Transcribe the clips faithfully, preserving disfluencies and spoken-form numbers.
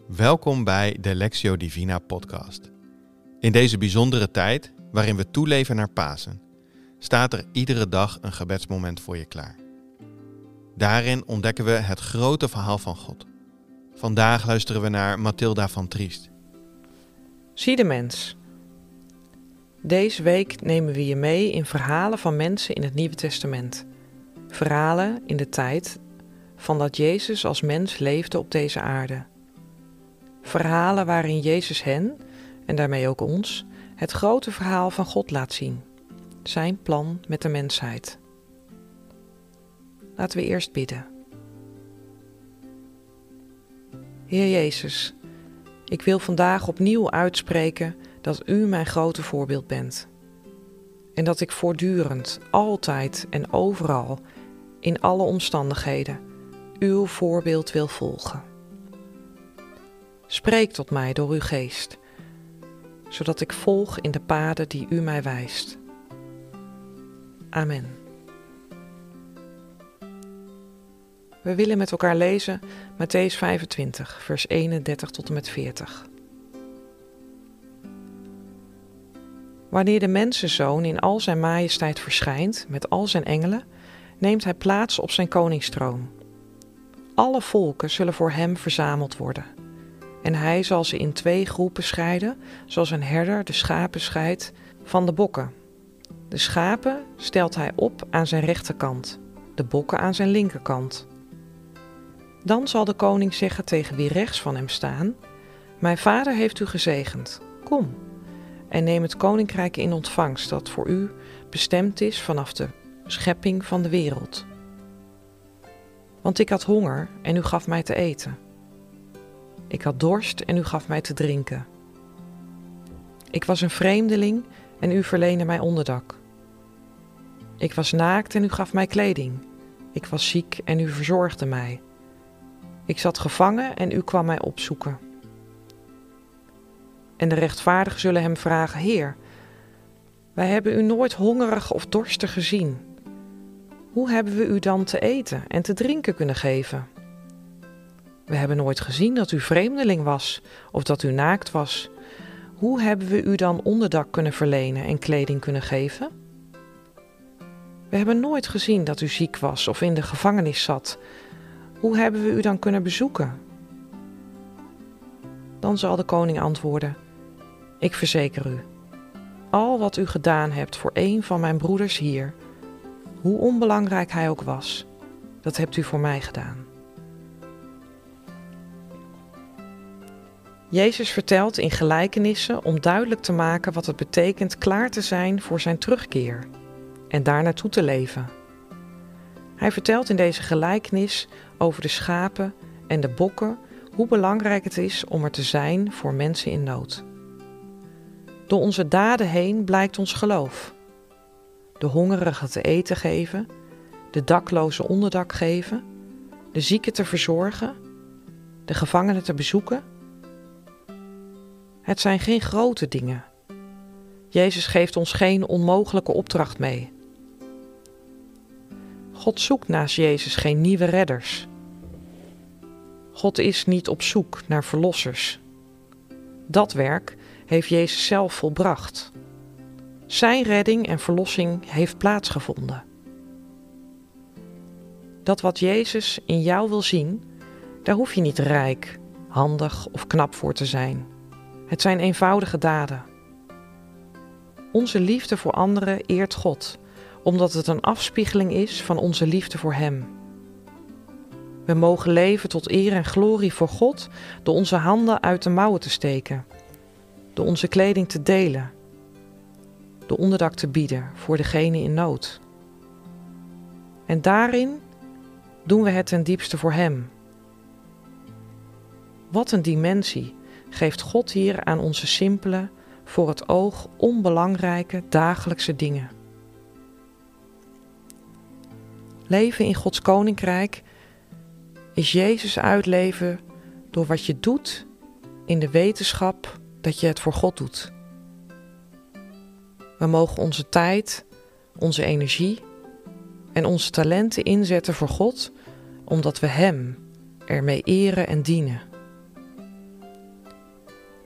Welkom bij de Lectio Divina podcast. In deze bijzondere tijd, waarin we toeleven naar Pasen, staat er iedere dag een gebedsmoment voor je klaar. Daarin ontdekken we het grote verhaal van God. Vandaag luisteren we naar Mathilda van Triest. Zie de mens. Deze week nemen we je mee in verhalen van mensen in het Nieuwe Testament. Verhalen in de tijd van dat Jezus als mens leefde op deze aarde. Verhalen waarin Jezus hen, en daarmee ook ons, het grote verhaal van God laat zien. Zijn plan met de mensheid. Laten we eerst bidden. Heer Jezus, ik wil vandaag opnieuw uitspreken dat U mijn grote voorbeeld bent. En dat ik voortdurend, altijd en overal, in alle omstandigheden, Uw voorbeeld wil volgen. Spreek tot mij door uw geest, zodat ik volg in de paden die u mij wijst. Amen. We willen met elkaar lezen Mattheüs vijfentwintig, vers eenendertig tot en met veertig. Wanneer de mensenzoon in al zijn majesteit verschijnt met al zijn engelen, neemt hij plaats op zijn koningstroon. Alle volken zullen voor hem verzameld worden. En hij zal ze in twee groepen scheiden, zoals een herder de schapen scheidt van de bokken. De schapen stelt hij op aan zijn rechterkant, de bokken aan zijn linkerkant. Dan zal de koning zeggen tegen wie rechts van hem staan: Mijn vader heeft u gezegend, kom, en neem het koninkrijk in ontvangst dat voor u bestemd is vanaf de schepping van de wereld. Want ik had honger en u gaf mij te eten. Ik had dorst en u gaf mij te drinken. Ik was een vreemdeling en u verleende mij onderdak. Ik was naakt en u gaf mij kleding. Ik was ziek en u verzorgde mij. Ik zat gevangen en u kwam mij opzoeken. En de rechtvaardigen zullen hem vragen: Heer, wij hebben u nooit hongerig of dorstig gezien. Hoe hebben we u dan te eten en te drinken kunnen geven? We hebben nooit gezien dat u vreemdeling was of dat u naakt was. Hoe hebben we u dan onderdak kunnen verlenen en kleding kunnen geven? We hebben nooit gezien dat u ziek was of in de gevangenis zat. Hoe hebben we u dan kunnen bezoeken? Dan zal de koning antwoorden: Ik verzeker u, al wat u gedaan hebt voor een van mijn broeders hier, hoe onbelangrijk hij ook was, dat hebt u voor mij gedaan. Jezus vertelt in gelijkenissen om duidelijk te maken wat het betekent klaar te zijn voor zijn terugkeer en daar naartoe te leven. Hij vertelt in deze gelijkenis over de schapen en de bokken hoe belangrijk het is om er te zijn voor mensen in nood. Door onze daden heen blijkt ons geloof. De hongerigen te eten geven, de daklozen onderdak geven, de zieken te verzorgen, de gevangenen te bezoeken. Het zijn geen grote dingen. Jezus geeft ons geen onmogelijke opdracht mee. God zoekt naast Jezus geen nieuwe redders. God is niet op zoek naar verlossers. Dat werk heeft Jezus zelf volbracht. Zijn redding en verlossing heeft plaatsgevonden. Dat wat Jezus in jou wil zien, daar hoef je niet rijk, handig of knap voor te zijn. Het zijn eenvoudige daden. Onze liefde voor anderen eert God, omdat het een afspiegeling is van onze liefde voor Hem. We mogen leven tot eer en glorie voor God door onze handen uit de mouwen te steken, door onze kleding te delen, door onderdak te bieden voor degene in nood. En daarin doen we het ten diepste voor Hem. Wat een dimensie geeft God hier aan onze simpele, voor het oog onbelangrijke dagelijkse dingen. Leven in Gods koninkrijk is Jezus uitleven door wat je doet in de wetenschap dat je het voor God doet. We mogen onze tijd, onze energie en onze talenten inzetten voor God, omdat we Hem ermee eren en dienen.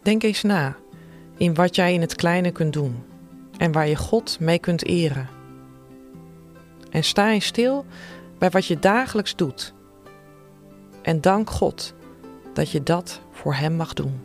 Denk eens na in wat jij in het kleine kunt doen en waar je God mee kunt eren. En sta eens stil bij wat je dagelijks doet. En dank God dat je dat voor Hem mag doen.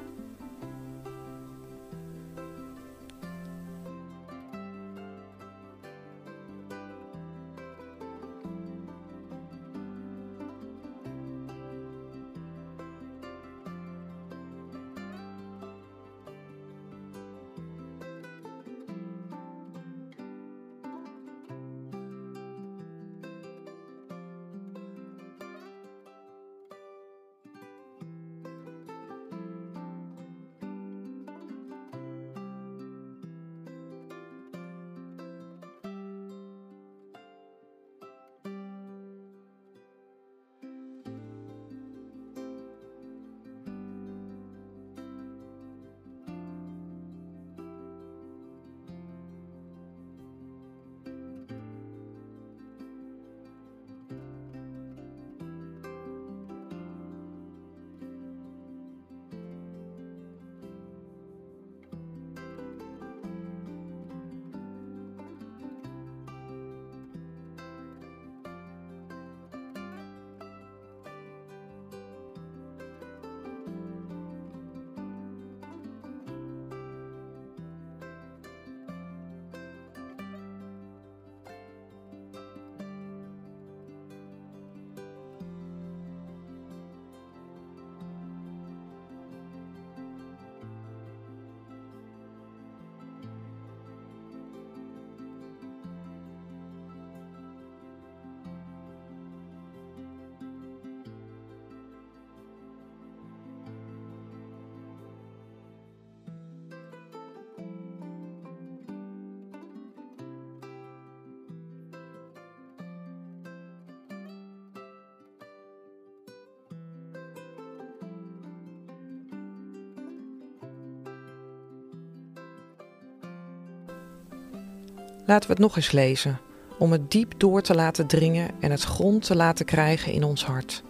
Laten we het nog eens lezen, om het diep door te laten dringen en het grond te laten krijgen in ons hart.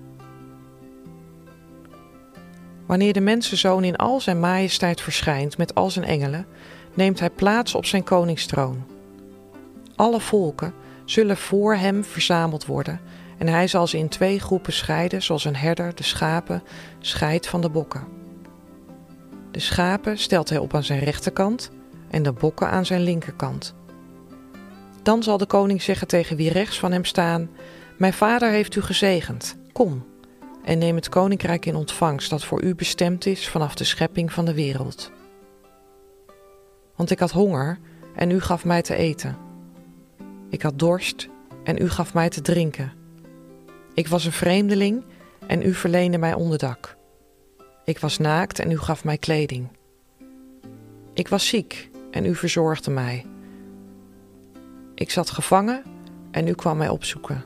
Wanneer de mensenzoon in al zijn majesteit verschijnt met al zijn engelen, neemt hij plaats op zijn koningstroon. Alle volken zullen voor hem verzameld worden en hij zal ze in twee groepen scheiden, zoals een herder de schapen scheidt van de bokken. De schapen stelt hij op aan zijn rechterkant en de bokken aan zijn linkerkant. Dan zal de koning zeggen tegen wie rechts van hem staan: Mijn vader heeft u gezegend, kom en neem het koninkrijk in ontvangst dat voor u bestemd is vanaf de schepping van de wereld. Want ik had honger en u gaf mij te eten. Ik had dorst en u gaf mij te drinken. Ik was een vreemdeling en u verleende mij onderdak. Ik was naakt en u gaf mij kleding. Ik was ziek en u verzorgde mij. Ik zat gevangen en u kwam mij opzoeken.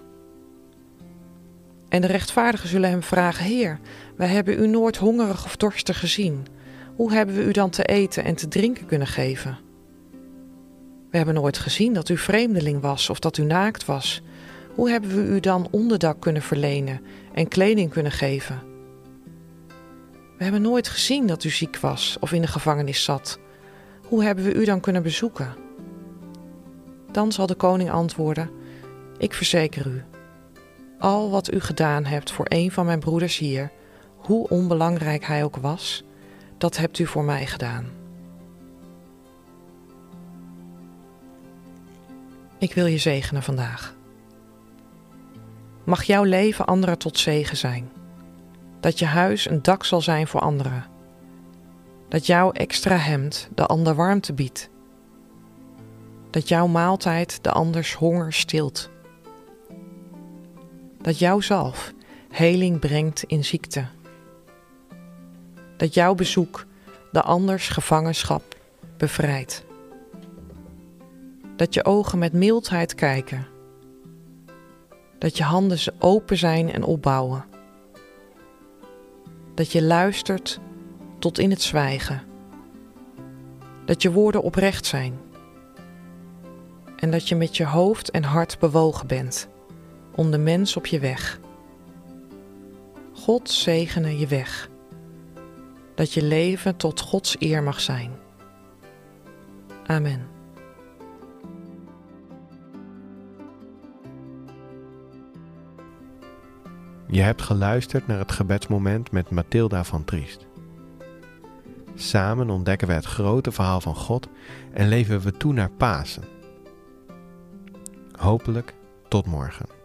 En de rechtvaardigen zullen hem vragen: Heer, wij hebben u nooit hongerig of dorstig gezien. Hoe hebben we u dan te eten en te drinken kunnen geven? We hebben nooit gezien dat u vreemdeling was of dat u naakt was. Hoe hebben we u dan onderdak kunnen verlenen en kleding kunnen geven? We hebben nooit gezien dat u ziek was of in de gevangenis zat. Hoe hebben we u dan kunnen bezoeken? Dan zal de koning antwoorden: Ik verzeker u, al wat u gedaan hebt voor een van mijn broeders hier, hoe onbelangrijk hij ook was, dat hebt u voor mij gedaan. Ik wil je zegenen vandaag. Mag jouw leven anderen tot zegen zijn. Dat je huis een dak zal zijn voor anderen. Dat jouw extra hemd de ander warmte biedt. Dat jouw maaltijd de anders honger stilt. Dat jouw zalf heling brengt in ziekte. Dat jouw bezoek de anders gevangenschap bevrijdt. Dat je ogen met mildheid kijken. Dat je handen open zijn en opbouwen. Dat je luistert tot in het zwijgen. Dat je woorden oprecht zijn. En dat je met je hoofd en hart bewogen bent om de mens op je weg. God zegene je weg. dat je leven tot Gods eer mag zijn. Amen. Je hebt geluisterd naar het gebedsmoment met Mathilda van Triest. Samen ontdekken we het grote verhaal van God en leven we toe naar Pasen. Hopelijk tot morgen.